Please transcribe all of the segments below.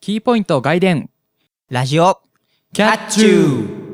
キーポイント外伝ラジオキャッチュー。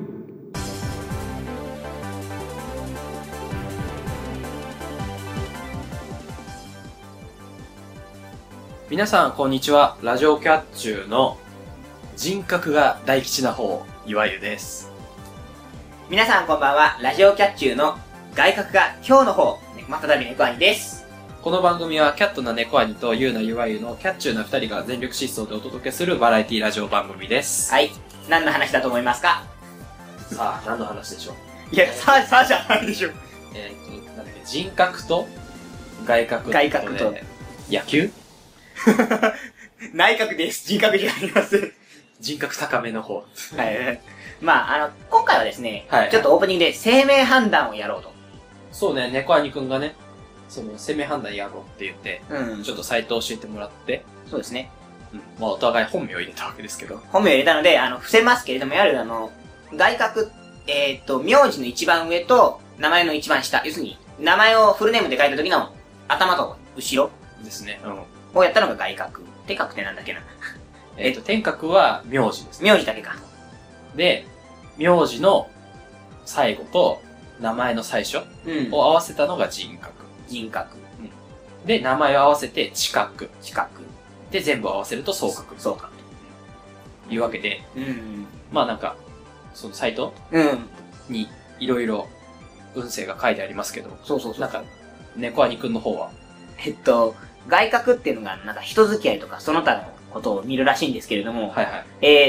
皆さんこんにちは。ラジオキャッチューの人格が大吉な方、岩湯です。 皆さんこんばんは。ラジオキャッチューの外角が今日の方、再び猫兄です。 この番組はキャットな猫兄とユウな岩湯のキャッチューな二人が全力疾走でお届けするバラエティラジオ番組です。 はい。何の話だと思いますか？ さあ、何の話でしょう？ いや、さあじゃないでしょ。 なんだっけ、人格と外角外角と野球内角です。人格じゃありません。 人格高めの方。 はい。まあ、今回はですね、 はい、 ちょっとオープニングで生命判断をやろうと。 そうね、猫兄くんがね、その生命判断やろうって言って、 うん。 ちょっとサイト教えてもらって、 そうですね。 まあお互い本名を入れたわけですけど。 本名を入れたので、伏せますけれども、やはり外角、名字の一番上と名前の一番下、要するに、名前をフルネームで書いた時の頭と後ろですね。 をやったのが外角。手角ってなんだっけな。 天角は名字です、 名字だけか。 で、名字の最後と名前の最初を合わせたのが人格。 人格。 で、名前を合わせて知覚。 知覚。 で、全部合わせると相覚。 相覚。 いうわけで、まあなんか、そのサイトにいろいろ運勢が書いてありますけど、 そう。 なんか、猫兄くんの方は外角っていうのが、なんか人付き合いとかその他のことを見るらしいんですけれども、 はいはい。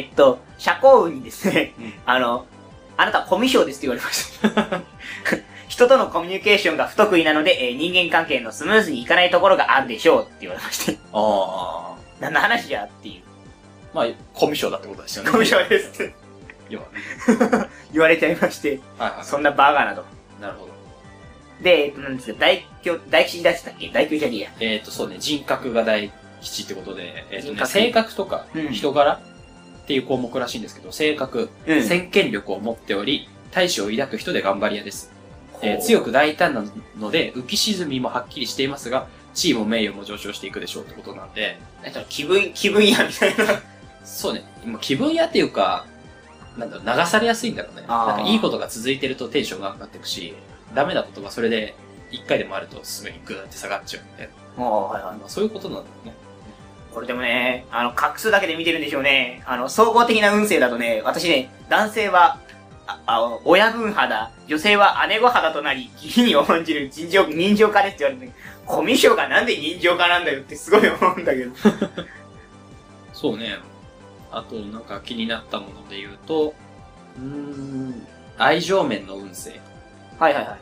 社交運にですね、あなたはコミュ障ですって言われました。人とのコミュニケーションが不得意なので、人間関係のスムーズにいかないところがあるでしょうって言われまして。 ああ。 何の話じゃっていう。 まあ、コミュ障だってことですよね。 コミュ障ですって。 要はね。 言われちゃいまして。 はいはい。 そんなバカなと。 なるほど。 で、なんですか、大吉出したっけ？大吉じゃねえや。 そうね、人格が大吉ってことで、性格とか人柄っていう項目らしいんですけど、性格、先見力を持っており、大志を抱く人で頑張り屋です。強く大胆なので、浮き沈みもはっきりしていますが、地位も名誉も上昇していくでしょうってことなんで。 気分屋みたいな。 そうね、今気分屋っていうか、なんだろう、流されやすいんだろうね。なんかいいことが続いてるとテンションが上がっていくし、ダメなことがそれで一回でもあるとすぐにグーって下がっちゃうみたいな。 はいはい。 まあそういうことなんだろうね。 これでもね、画数だけで見てるんでしょうね。総合的な運勢だとね、私ね、男性は、親分派だ、女性は姉御派だとなり、義理に重んじる人情家ですって言われて、ね、コミュ障がなんで人情家なんだよってすごい思うんだけど。 そうね。あと、なんか気になったもので言うと、愛情面の運勢。 はいはいはい。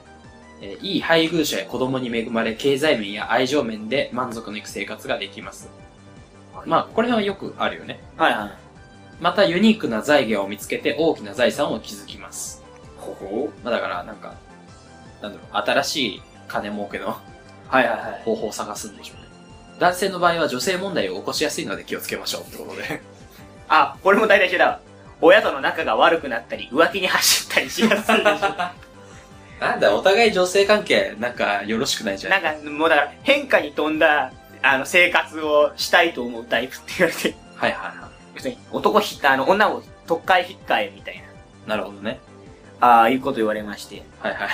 いい配偶者や子供に恵まれ、経済面や愛情面で満足のいく生活ができます。まあ、これはよくあるよね。 はいはい。 また、ユニークな財源を見つけて大きな財産を築きます。まあ、だから、なんか、なんだろう、新しい金儲けの方法を探すんでしょうね。男性の場合は女性問題を起こしやすいので気をつけましょうってことで。 あ、これも大体一緒だわ。親との仲が悪くなったり、浮気に走ったりしやすいでしょ。 なんだ、お互い女性関係、なんか、よろしくないじゃん。 なんか、もうだから、変化に富んだ、生活をしたいと思うタイプって言われて。 はいはいはい。 要するに、女を特会引っかえみたいな。なるほどね。 ああ、いうこと言われまして。 はいはい。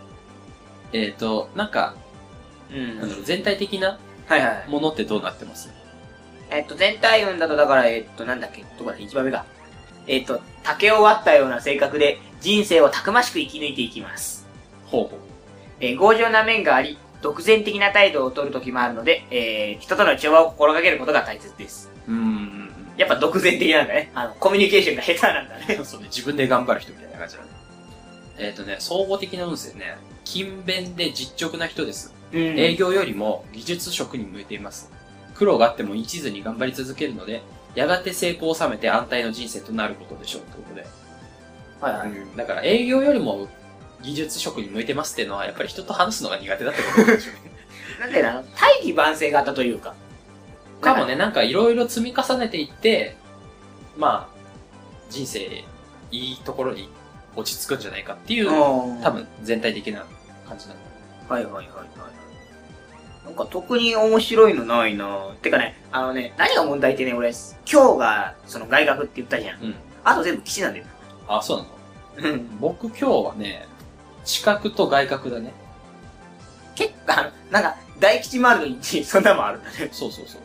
なんか、なんだろう、全体的なものってどうなってます？ 全体運だと、だから、なんだっけ、どこだ、一番目が。竹を割ったような性格で、人生をたくましく生き抜いていきます。 ほう。 強情な面があり、独善的な態度を取る時もあるので、人との調和を心がけることが大切です。やっぱ独善的なんだね。コミュニケーションが下手なんだね。 そうね、自分で頑張る人みたいな感じだね。総合的な運勢ね、勤勉で実直な人です。営業よりも技術職に向いています。苦労があっても一途に頑張り続けるので、やがて成功を収めて安泰の人生となることでしょうってことで。だから営業よりも技術職に向いてますっていうのは、やっぱり人と話すのが苦手だってことなんでしょうね。 なんで大器晩成型というか。 かもね、なんかいろいろ積み重ねていって、まあ、人生いいところに落ち着くんじゃないかっていう、多分全体的な感じなんだ。 なんか特に面白いのないな。てかね、何が問題ってね、俺、今日が、その外学って言ったじゃん。 うん。 あと全部基地なんだよ。 あ、そうなの？ うん。 僕今日はね、地殻と外殻だね。 結構、なんか、大吉もあるのに、そんなのもあるんだね。 そうそうそう。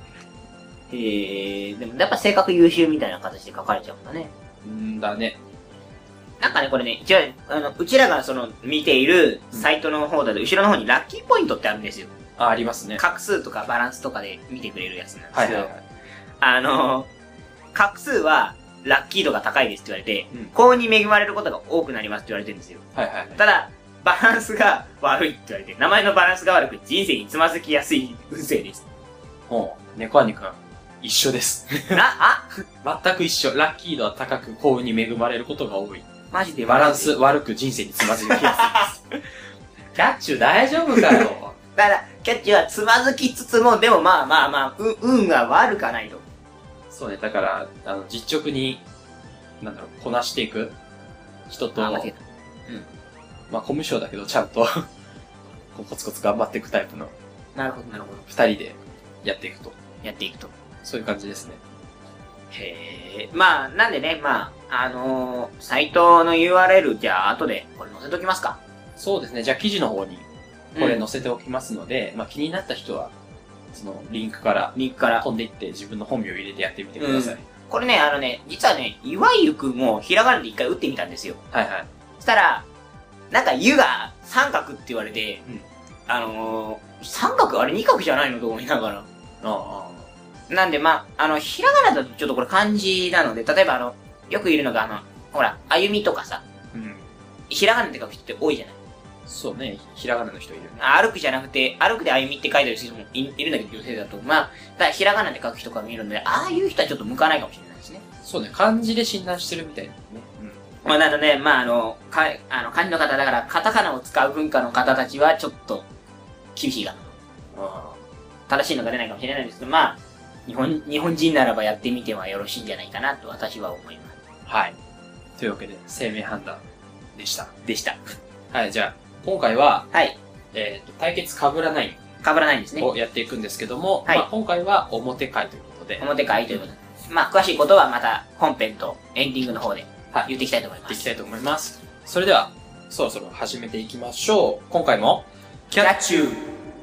でもやっぱ性格優秀みたいな形で書かれちゃうんだね。 んだね。 なんかね、これね、うちらが見ているサイトの方だと、後ろの方にラッキーポイントってあるんですよ。 ありますね。 画数とかバランスとかで見てくれるやつなんですけど、 はいはいはい。 画数は、ラッキー度が高いですって言われて、 うん幸運に恵まれることが多くなりますって言われてるんですよ。 はいはいはい。 ただ、バランスが悪いって言われて、名前のバランスが悪く人生につまずきやすい運勢です。 もう、猫兄くん、一緒です。全く一緒。ラッキー度は高く幸運に恵まれることが多い。 マジでバランス悪く人生につまずきやすいです。キャッチュ大丈夫かよ。 だから、キャッチはつまずきつつも、でもまあ、運が悪かないと。 そうね、だから、実直に、こなしていく人と、 間違えた。 まあ、コミュ障だけど、ちゃんとコツコツ頑張っていくタイプのなるほど、なるほど。 二人でやっていくと。 やっていくと。 そういう感じですね。 へー。まあ、なんでね、サイトの URL、じゃあ、後で、これ載せときますか。 そうですね。じゃあ、記事の方に、これ載せておきますので、まあ、気になった人は、その、リンクから飛んでいって自分の本名を入れてやってみてください。 これね、実はね、岩井ゆくんもひらがなで一回打ってみたんですよ。 はいはい。 そしたら、なんか湯が三角って言われて、三角あれ二角じゃないのと思いながら。なんでひらがなだとちょっとこれ漢字なので、例えばよくいるのがほら、歩みとかさ、ひらがなって書く人って多いじゃない。 そうね、ひらがなの人いるね。 歩くじゃなくて、歩くで歩みって書いてる人もいるんだけど、女性だと。だからひらがなで書く人が見えるので、ああいう人はちょっと向かないかもしれないですね。 そうね、漢字で診断してるみたいなね。 なので、漢字の方だから、カタカナを使う文化の方たちはちょっと、厳しいかなと。正しいのが出ないかもしれないですけど、日本人ならばやってみてはよろしいんじゃないかなと私は思います。 はい。というわけで、生命判断でした。はい、じゃあ、今回は、 はい。 対決かぶらないんですね。 をやっていくんですけども、 はい。 今回は表回ということで。 表回ということで。詳しいことはまた本編とエンディングの方で言っていきたいと思います。 それでは、そろそろ始めていきましょう。今回も、 キャッチュー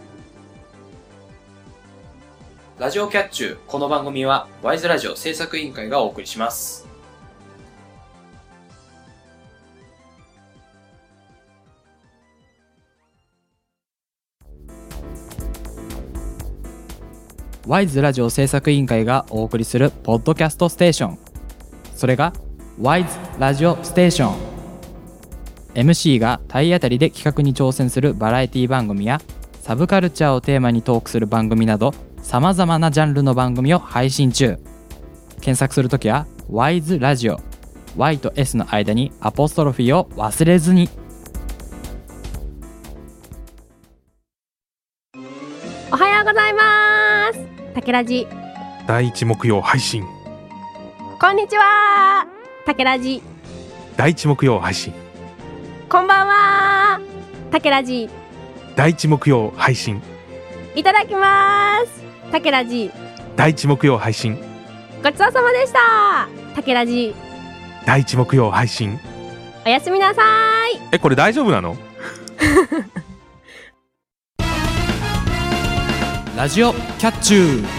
ラジオキャッチュー。この番組は、ワイズラジオ制作委員会がお送りします。 ワイズラジオ制作委員会がお送りするポッドキャストステーション。それがワイズラジオステーション。 MC が体当たりで企画に挑戦するバラエティ番組やサブカルチャーをテーマにトークする番組など、さまざまなジャンルの番組を配信中。検索するときはワイズラジオ、 Y と S の間にアポストロフィーを忘れずに。 おはようございます。たけらじ第1木曜配信。 こんにちは。たけらじ第1木曜配信。 こんばんは。たけらじ第1木曜配信。 いただきます。たけらじ第1木曜配信。 ごちそうさまでした。たけらじ第1木曜配信。 おやすみなさい。 これ大丈夫なの？ ラジオキャッチュー。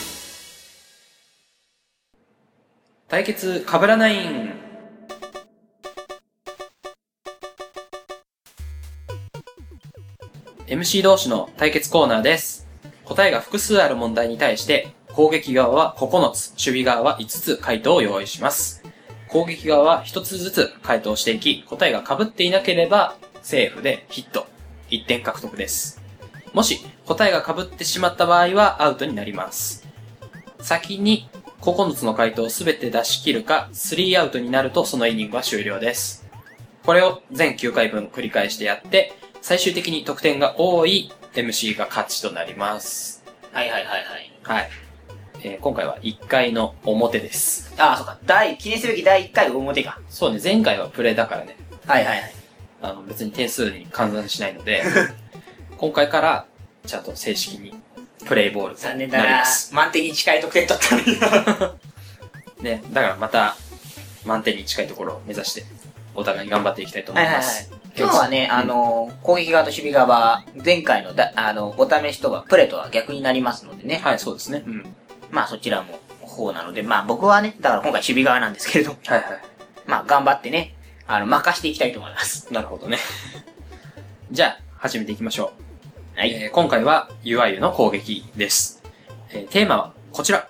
対決かぶらないん。MC 同士の対決コーナーです。答えが複数ある問題に対して、攻撃側は9つ、守備側は5つ回答を用意します。攻撃側は1つずつ回答していき、答えが被っていなければ、セーフでヒット。1点獲得です。もし、答えが被ってしまった場合はアウトになります。先に9つの回答をすべて出し切るか、3アウトになるとそのイニングは終了です。これを全9回分繰り返してやって、最終的に得点が多い MC が勝ちとなります。 はい。 今回は1回の表です。 ああ、そうか。記念すべき第1回表か。 そうね、前回はプレイだからね。 はい。 別に点数に換算しないので、今回からちゃんと正式にプレイボール残念だな。満点に近い得点取ったのにな。 ね、だからまた満点に近いところを目指してお互いに頑張っていきたいと思います。 今日はね、攻撃側と守備側は前回のお試しとはプレとは逆になりますのでね。 はい、そうですね。 まあそちらも方なので、まあ僕はね、だから今回守備側なんですけれども。 はいはい。 まあ頑張ってね、任していきたいと思います。 なるほどね。じゃあ、始めていきましょう。 はい。 今回は UI の攻撃です。テーマはこちら。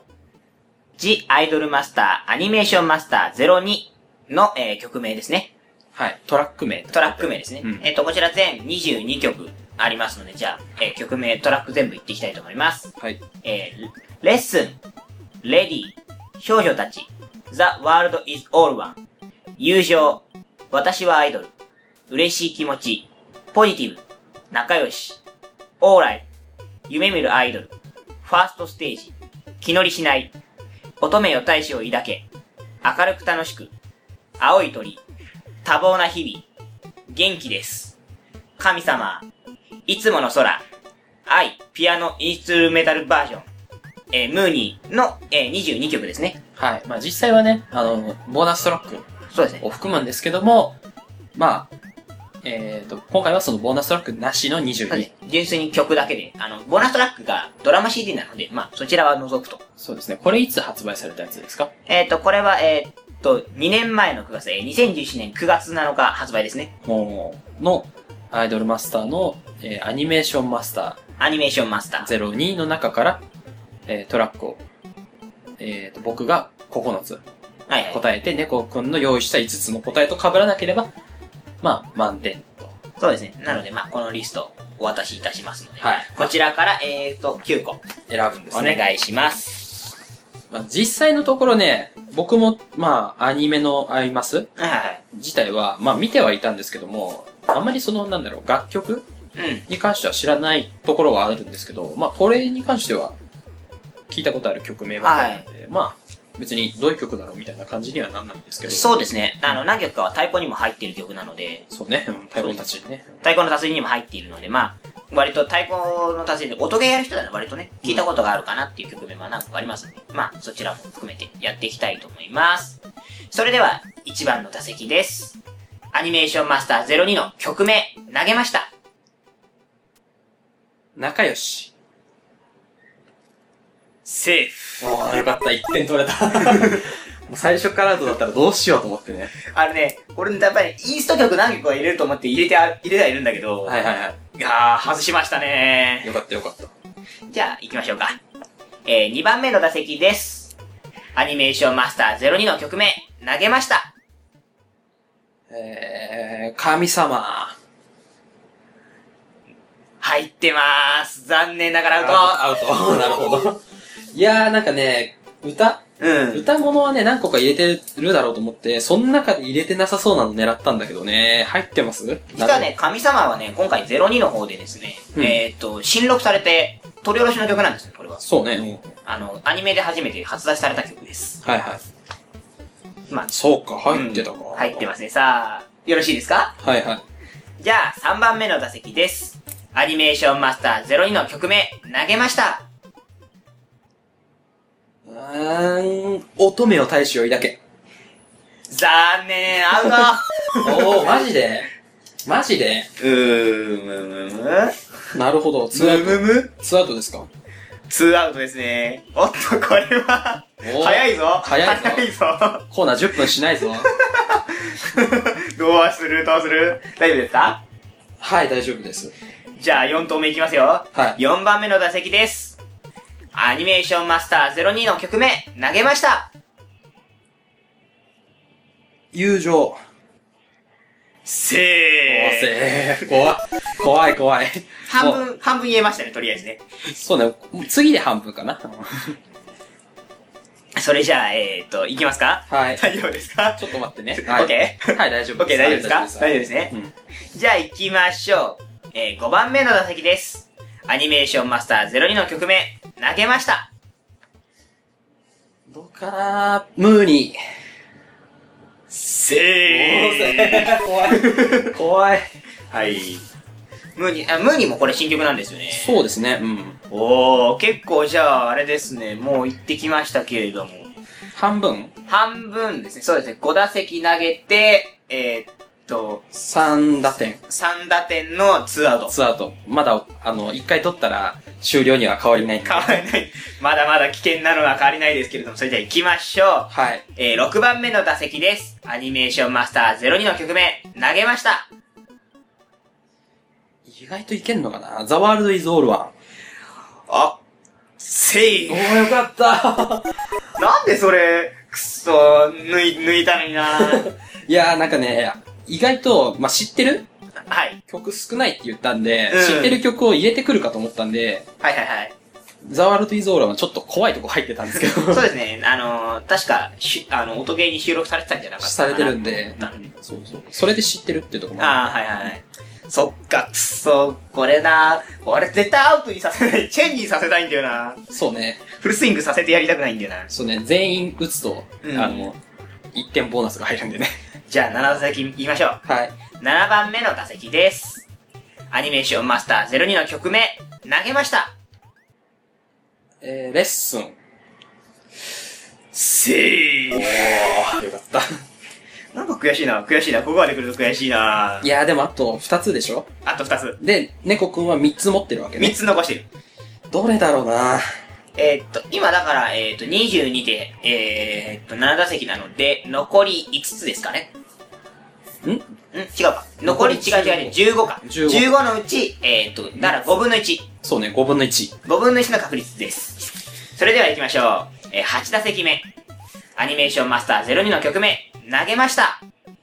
The Idol Master Animation Master 02の、曲名ですね。 はい。トラック名ですね。こちら全22曲ありますので、じゃあ、曲名、トラック全部言っていきたいと思います。 はい。 レッスン、レディ、少女たち、The World is All One、友情、私はアイドル、嬉しい気持ち、ポジティブ、仲良し、オーライ、夢見るアイドル、ファーストステージ、気乗りしない、乙女よ大志を抱け、明るく楽しく、青い鳥、多忙な日々、元気です。神様、いつもの空、愛、ピアノインストゥルメタルバージョン、ムーニーの、22曲ですね。 はい。まあ実際はね、ボーナストラックそうですね。 を含むんですけども、まあ、今回はそのボーナストラックなしの22。 純粋に曲だけで、ボーナストラックがドラマ CD なので、まあそちらは除くと。 そうですね。これいつ発売されたやつですか？ これは、2年前の9月、2017年9月7日発売ですね。 の、アイドルマスターの、アニメーションマスター02の中から、トラックを、僕が9つ答えて、猫くんの用意した5つの答えと被らなければ、まあ、満点と。 そうですね。なので、まあ、このリストをお渡しいたしますので、 はい。 こちらから、9個選ぶんですね。 お願いします。 まあ、実際のところね、僕も、まあ、アニメのアイマス自体は、まあ、見てはいたんですけども、あんまりその、楽曲に関しては知らないところはあるんですけど、まあ、これに関しては、聞いたことある曲名ばかりなので、まあ、別にどういう曲だろうみたいな感じにはなんないんですけど。 そうですね。何曲かは太鼓にも入っている曲なので。 そうね。太鼓の達人ね。 太鼓の達人にも入っているので、まあ、割と太鼓の達人で音ゲーやる人なら割とね、聞いたことがあるかなっていう曲名は何個かありますので、まあ、そちらも含めてやっていきたいと思います。それでは、1番の打席です。アニメーションマスター02の曲名、投げました。 仲良し。 セーフ。 よかった、1点取れた。もう最初からだったらどうしようと思ってね。 俺やっぱりインスト曲何曲か入れると思って入れてはいるんだけど。 はいはいはい。 いやー、外しましたねー。 よかったよかった。 じゃあ、行きましょうか。2番目の打席です。アニメーションマスター02の曲名、投げました。 神様。 入ってまーす。残念ながらアウト。なるほど。いやー、なんかね、歌物はね、何個か入れてるだろうと思って、その中で入れてなさそうなの狙ったんだけどね、入ってます？ 実はね、神様はね、今回02の方でですね、新録されて、取り下ろしの曲なんですね、これは。 そうね。 アニメで初めて発売された曲です。 はいはい。 まあ、 そうか、入ってたか。 入ってますね。さあ、よろしいですか？ はいはい。 じゃあ、3番目の打席です。アニメーションマスター02の曲名、投げました。 乙女を大志を抱け。 残念、アウト。マジでなるほど。ツーアウトですか ？2アウトですね。おっと、これは、早いぞ。 早いぞ。コーナー10分しないぞ。 どうする大丈夫ですか？ はい、大丈夫です。 じゃあ、4投目いきますよ。 はい。 4番目の打席です。アニメーションマスター02の曲名、投げました。 友情。 セーフ。 怖い。 半分言えましたね、とりあえずね。 そうね、次で半分かな。 それじゃあ、いきますか？ はい。 大丈夫ですか？ ちょっと待ってね。 オッケー？ はい、大丈夫です。オッケー、大丈夫ですか？大丈夫ですね。じゃあ、行きましょう。5番目の打席です。アニメーションマスター02の曲名、投げました。 どうかな？ムーニー。 セーフ。 怖い。 はい。 ムーニーもこれ新曲なんですよね。 そうですね。うん。 おー、結構じゃあ、あれですね、もう行ってきましたけれども。 半分ですね。そうですね。5打席投げて、 3打点。 3打点の2アウト。 2アウト。まだ、1回取ったら終了には変わりない。 変わりない。まだまだ危険なのは変わりないですけれども、それじゃあ行きましょう。 はい。 6番目の打席です。アニメーションマスター02の曲名、投げました。 意外といけんのかな？ The World is All One。 あ、セーフ。 おー、よかったなんでそれ、くっそ、抜いたのにないやー、なんかね、意外と、まあ、知ってるはい。 曲少ないって言ったんで、 うん知ってる曲を入れてくるかと思ったんで、 はいはいはい。 The World is All Oneはちょっと怖いとこ入ってたんですけど。 そうですね。確か、音ゲーに収録されてたんじゃなかったかな。 されてるんで、そうそう。それで知ってるっていうところもああ、はいはいはい。そっか、くそ、これな。俺絶対アウトにさせない。チェンジにさせたいんだよな。 そうね。 フルスイングさせてやりたくないんだよな。 そうね、全員打つと、 うん 1点ボーナスが入るんでね。 じゃあ、7打席いきましょう。 はい。 7番目の打席です。アニメーションマスター02の曲名、投げました。 レッスン。 せー。 おー、よかった。 なんか悔しいな。ここまで来ると悔しいな。 いやーでもあと2つでしょ？ あと2つ。 で、猫くんは3つ持ってるわけね。 3つ残してる。 どれだろうな。 今だから、22で、7打席なので、残り5つですかね。違うか。残り違う、15か。15のうち、だから5分の1。 そうね、5分の1。 5分の1の確率です。それでは行きましょう。8打席目。アニメーションマスター02の曲名、投げました。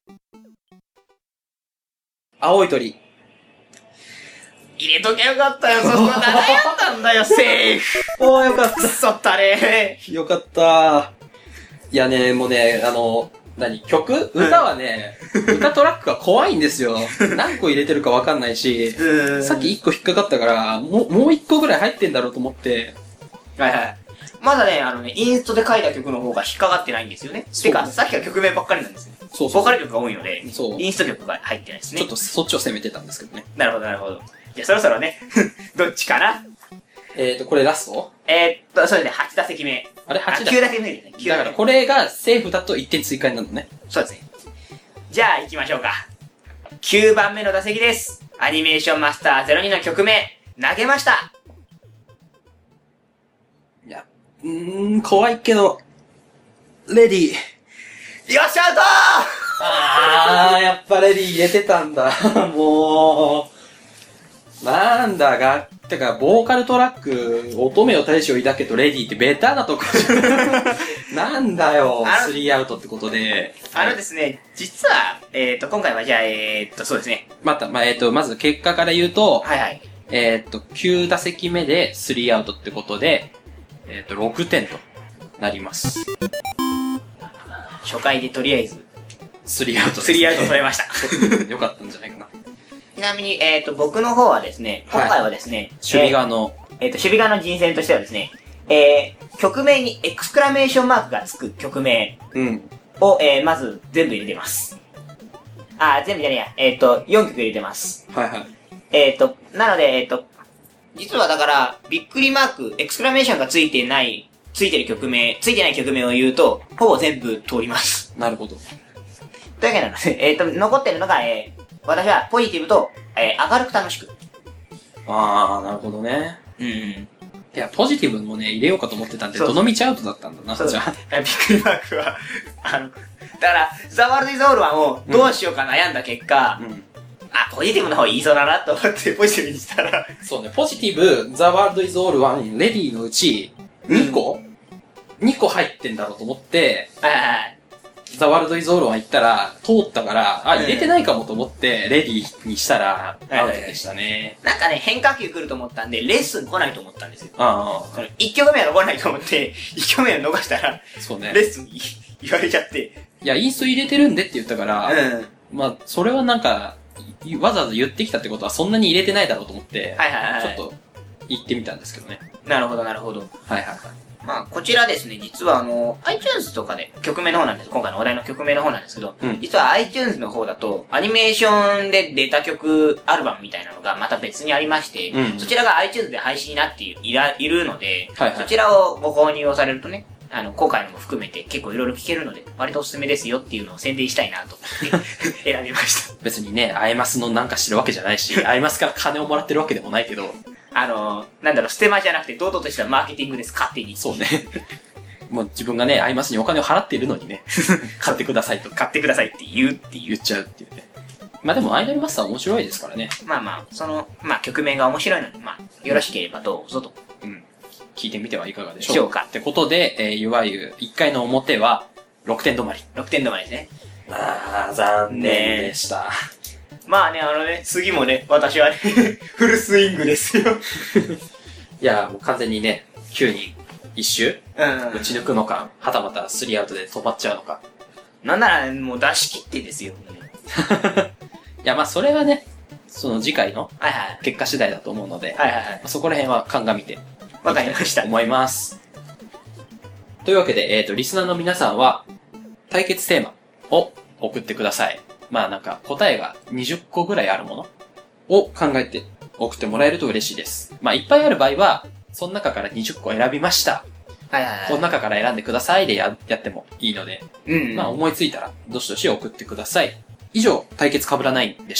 青い鳥。 入れときゃよかったよ。そこは悩んだんだよ、セーフ。 おー、よかっくっそったれた。よかったいやね、もうね、歌はね、歌トラックが怖いんですよ。何個入れてるかわかんないし、さっき1個引っかかったから、もう1個ぐらい入ってんだろうと思って。 はいはい。まだね、インストで書いた曲の方が引っかかってないんですよね。てか、さっきは曲名ばっかりなんですね。 そうボーカル曲が多いので、 そうインスト曲が入ってないですね。 ちょっとそっちを攻めてたんですけどね。 なるほど、なるほど。じゃあそろそろね、どっちかな？ これラスト？ そうですね、8打席目。 あれ8打席 9打席目ですね。9 だからこれがセーフだと1点追加になるのね。 そうですね。じゃあ行きましょうか。9番目の打席です。アニメーションマスター02の曲名、投げました。 いや、怖いけど、レディー。 よっしゃ、アウトやっぱレディー入れてたんだ。もう、なんだてか、ボーカルトラック、乙女を大将抱けとレディーってベタなとこじゃん。なんだよ、3アウトってことで。 ですね、実は、今回はじゃあ、そうですね。 まず結果から言うと、 はいはい。 9打席目で3アウトってことで、6点となります。 初回でとりあえず、 3アウトです、 3アウト取れました。 よかったんじゃないかな。 ちなみに、僕の方はですね、今回はですね、 守備側の、 守備側の人選としてはですね、曲名にエクスクラメーションマークがつく曲名を、まず全部入れてます。全部じゃねえや、4曲入れてます。 はいはい。 なので、実はだから、びっくりマーク、エクスクラメーションがついてない曲名を言うと、ほぼ全部通ります。 なるほど。 というわけなので、残ってるのが、私はポジティブと、明るく楽しく。 なるほどね。いや、ポジティブもね、入れようかと思ってたんで、どの道アウトだったんだな、じゃあ。 びっくりマークは、だから、ザ・ワールド・イズ・オール・ワンをどうしようか悩んだ結果、ポジティブの方言いそうだなと思ってポジティブにしたら。 そうね、ポジティブ、ザ・ワールド・イズ・オール・ワン、レディーのうち、2個入ってんだろうと思って、ザ・ワールド・イズ・オール・ワン行ったら、通ったから、入れてないかもと思って、レディーにしたら、アウトでしたね。 なんかね、変化球来ると思ったんで、レッスン来ないと思ったんですよ。1曲目は残らないと思って、1曲目は逃したら、 そうね。 レッスン言われちゃって。 いや、インスト入れてるんでって言ったから、それはなんか、わざわざ言ってきたってことはそんなに入れてないだろうと思って、ちょっと言ってみたんですけどね。 なるほど、なるほど。 はいはいはい。 まあ、こちらですね、実はiTunes とかで、曲名の方なんです。今回のお題の曲名の方なんですけど、実は iTunes の方だと、アニメーションで出た曲アルバムみたいなのがまた別にありまして、そちらが iTunes で配信になっているので、そちらをご購入をされるとね、今回のも含めて結構いろいろ聞けるので、割とおすすめですよっていうのを宣伝したいなと思って選びました。 別にね、アイマスのなんかしてるわけじゃないし、アイマスから金をもらってるわけでもないけど、 ステマじゃなくて堂々としたマーケティングです、勝手に。 そうね。もう自分がね、アイマスにお金を払っているのにね、買ってくださいと。 買ってくださいって言っちゃうっていうね。まあでもアイドルマスター面白いですからね。 まあ曲名が面白いので、よろしければどうぞと。 聞いてみてはいかがでしょうか。ってことで、いわゆる1回の表は6点止まり。 6点止まりですね。 まあ、残念でした。 まあね、次もね、私はね、フルスイングですよ。 いや、もう完全にね、9人一周打ち抜くのか、はたまた3アウトで止まっちゃうのか。 なんならもう出し切ってですよ。 いや、まあそれはね、その次回の結果次第だと思うので、そこら辺は鑑みて。 わかりました。 思います。というわけで、リスナーの皆さんは、対決テーマを送ってください。まあなんか答えが20個ぐらいあるものを考えて送ってもらえると嬉しいです。まあいっぱいある場合は、その中から20個選びました。その中から選んでくださいでやってもいいので、まあ思いついたらどしどし送ってください。以上、対決かぶらないでした。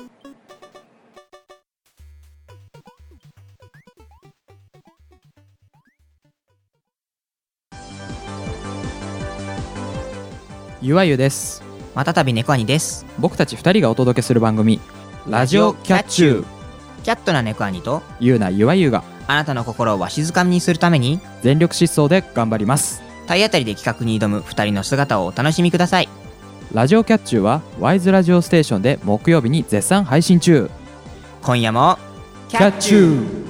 ゆわゆです。 またたび猫兄です。 僕たち2人がお届けする番組、ラジオキャッチュー。 キャットな猫兄とゆうなゆわゆがあなたの心をわしづかみにするために全力疾走で頑張ります。 体当たりで企画に挑む2人の姿をお楽しみください。 ラジオキャッチューはワイズラジオステーションで木曜日に絶賛配信中。 今夜もキャッチュー。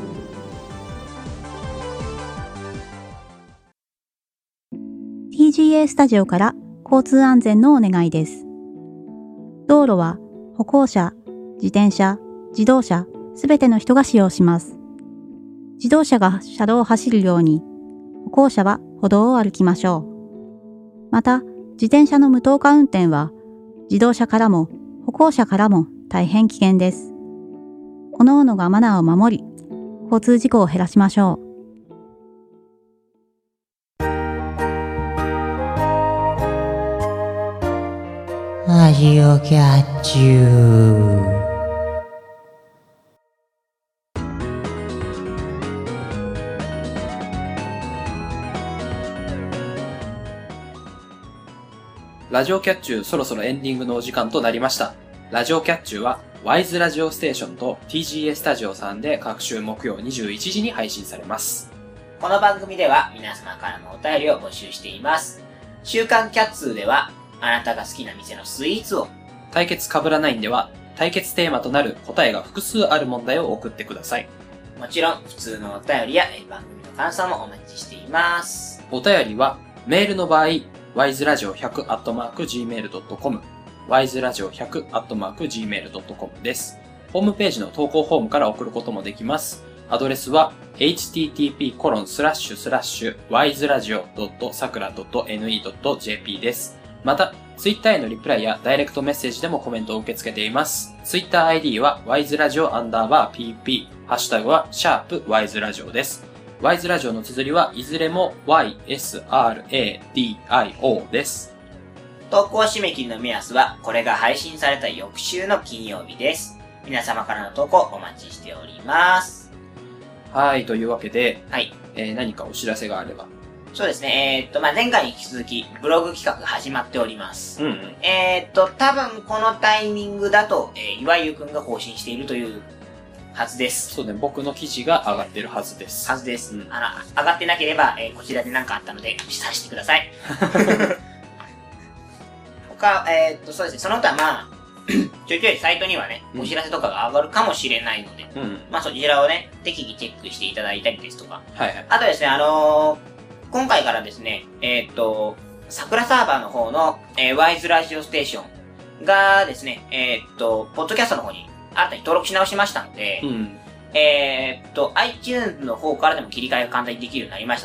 TGA スタジオから交通安全のお願いです。道路は歩行者、自転車、自動車、すべての人が使用します。自動車が車道を走るように、歩行者は歩道を歩きましょう。また、自転車の無灯火運転は、自動車からも歩行者からも大変危険です。各々がマナーを守り、交通事故を減らしましょう。 ラジオキャッチュー。 ラジオキャッチューそろそろエンディングのお時間となりました。ラジオキャッチューはワイズラジオステーションと TGA スタジオさんで各週木曜21時に配信されます。 この番組では皆様からのお便りを募集しています。週刊キャッツーではあなたが好きな店のスイーツを、 対決かぶらないんでは対決テーマとなる答えが複数ある問題を送ってください。 もちろん普通のお便りや番組の感想もお待ちしています。 お便りはメールの場合wiseradio100@gmail.com wiseradio100@gmail.com です。ホームページの投稿フォームから送ることもできます。アドレスは http://wiseradio.sakura.ne.jp です。また、ツイッターへのリプライやダイレクトメッセージでもコメントを受け付けています。ツイッター ID は wiseradio_pp、ハッシュタグは#wiseradio です。ワイズラジオの綴りはいずれも YSRADIO です。 投稿締め切りの目安はこれが配信された翌週の金曜日です。皆様からの投稿お待ちしております。 はい、というわけで、 はい。 何かお知らせがあれば。 そうですね。前回に引き続きブログ企画始まっております。 うんうん、 多分このタイミングだと、岩井ゆくんが更新しているというはずです。 そうね、僕の記事が上がってるはずです。 はずです。上がってなければ、こちらで何かあったので、させてください。そうですね、その他まあ、ちょいちょいサイトにはね、お知らせとかが上がるかもしれないので、まあそちらをね、適宜チェックしていただいたりですとか。 はいはい。 あとですね、今回からですね、桜サーバーの方の、ワイズラジオステーションがですね、ポッドキャストの方に新たに登録し直しましたので、iTunes の方からでも切り替えが簡単にできるようになりました。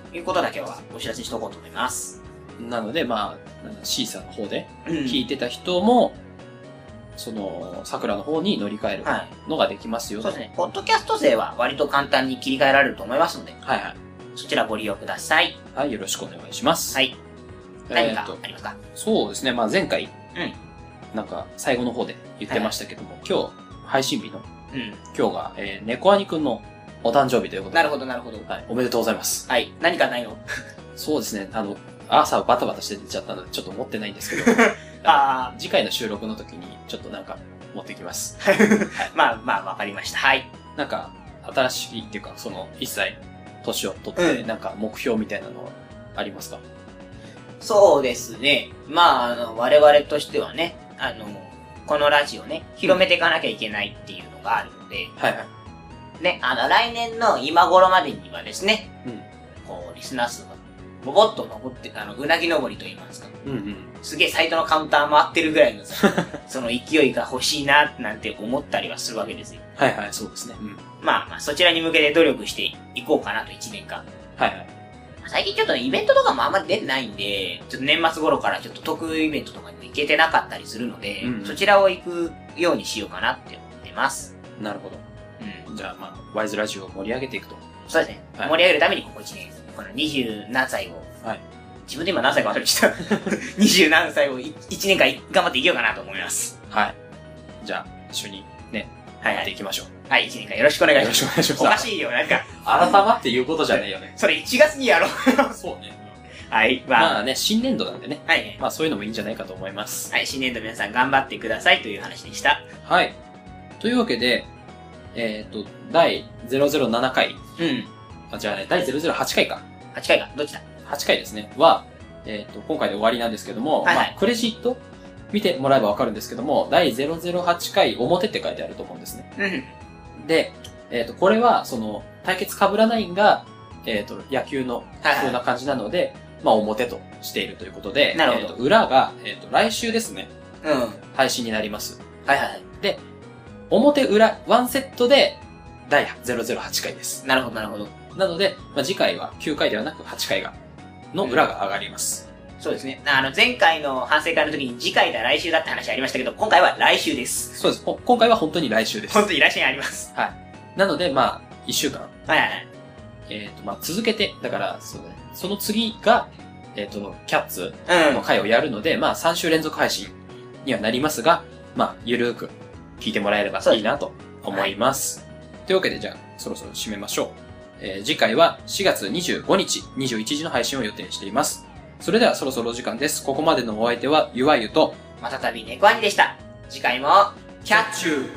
いうことだけはお知らせしとこうと思います。 なので、まあ、シーサーの方でうん。 聞いてた人も、その、桜の方に乗り換えるはい。 のができますよと。 そうですね。ポッドキャスト勢は割と簡単に切り替えられると思いますので、 はいはい。 そちらご利用ください。 はい、よろしくお願いします。 はい。何かえーとありますか？ そうですね、まあ前回、 うんなんか最後の方で言ってましたけども、今日、配信日の、 うん。 今日が、猫兄くんのお誕生日ということで。 なるほど、なるほど。 はい、おめでとうございます。 はい。何かないの？ そうですね、朝バタバタして出ちゃったので、ちょっと持ってないんですけど、 あ次回の収録の時に、ちょっとなんか、持ってきます。 まあまあ、わかりました。はい。 なんか、新しいっていうか、1歳、年を取って、 うんなんか目標みたいなのはありますか？ そうですね。まあ、我々としてはね、このラジオね、広めていかなきゃいけないっていうのがあるので、 はいはい。 ね、来年の今頃までにはですね、 うん。 こう、リスナー数が、ボボッと登って、うなぎ登りと言いますか。 うんうん。 すげえサイトのカウンター回ってるぐらいのさ、その勢いが欲しいな、なんて思ったりはするわけですよ。 はいはい、そうですね。うん。 まあまあ、そちらに向けて努力していこうかなと、1年間。 はいはい。 最近ちょっとイベントとかもあんまり出てないんで、ちょっと年末頃からちょっと特イベントとかにも行けてなかったりするので、 うんそちらを行くようにしようかなって思ってます。 なるほど。 うん。 じゃあまあ、ワイズラジオを盛り上げていくと。 そうですね。 はい盛り上げるためにここ1年、この20何歳を、 はい。 自分で今何歳か忘れました。20何歳を1年間頑張っていけようかなと思います。 はい。じゃあ、一緒にね、 はいはいやってい。きましょう。 はい、1年間よろしくお願いします。 よろしくお願いしますおかしいよ、なんか。 改まって言うことじゃねえよね。 それ1月にやろう。 そうね。 はい、 まあね、新年度なんでね。 はい。 まあそういうのもいいんじゃないかと思います。 はい、新年度皆さん頑張ってくださいという話でした。 はい。というわけで、第007回、 うん。 あ、じゃあね、第008回か。 8回か、どっちだ？ 8回ですね。は、今回で終わりなんですけども、 はいはいまあ、クレジット見てもらえばわかるんですけども、第008回表って書いてあると思うんですね。 うん。 で、これは、対決かぶらないんが、野球のはいはい風な感じなので、まあ、表としているということで、 なるほど裏が、来週ですね、 うん。はい配信になります。 はいはい。 で、表裏、ワンセットで、第008回です。 なるほどなるほど。 なので、まあ、次回は9回ではなく8回の裏が上がります。 そうですね。前回の反省会の時に次回だ来週だって話ありましたけど、今回は来週です。 そうです。今回は本当に来週です。 本当に来週にあります。 はい。なので、まあ、1週間、 はいはいはい。 まあ、続けて、だから、その次が、キャッツうん。 の回をやるので、まあ、3週連続配信にはなりますが、まあ、ゆるーく聞いてもらえればいいなと思います。というわけで、じゃあ、そろそろ締めましょう。次回は4月25日、21時の配信を予定しています。それではそろそろお時間です。ここまでのお相手は、ゆわゆと、 またたび猫兄でした。次回も、キャッチュー。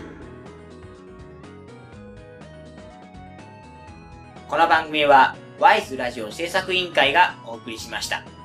この番組は、ワイズラジオ制作委員会がお送りしました。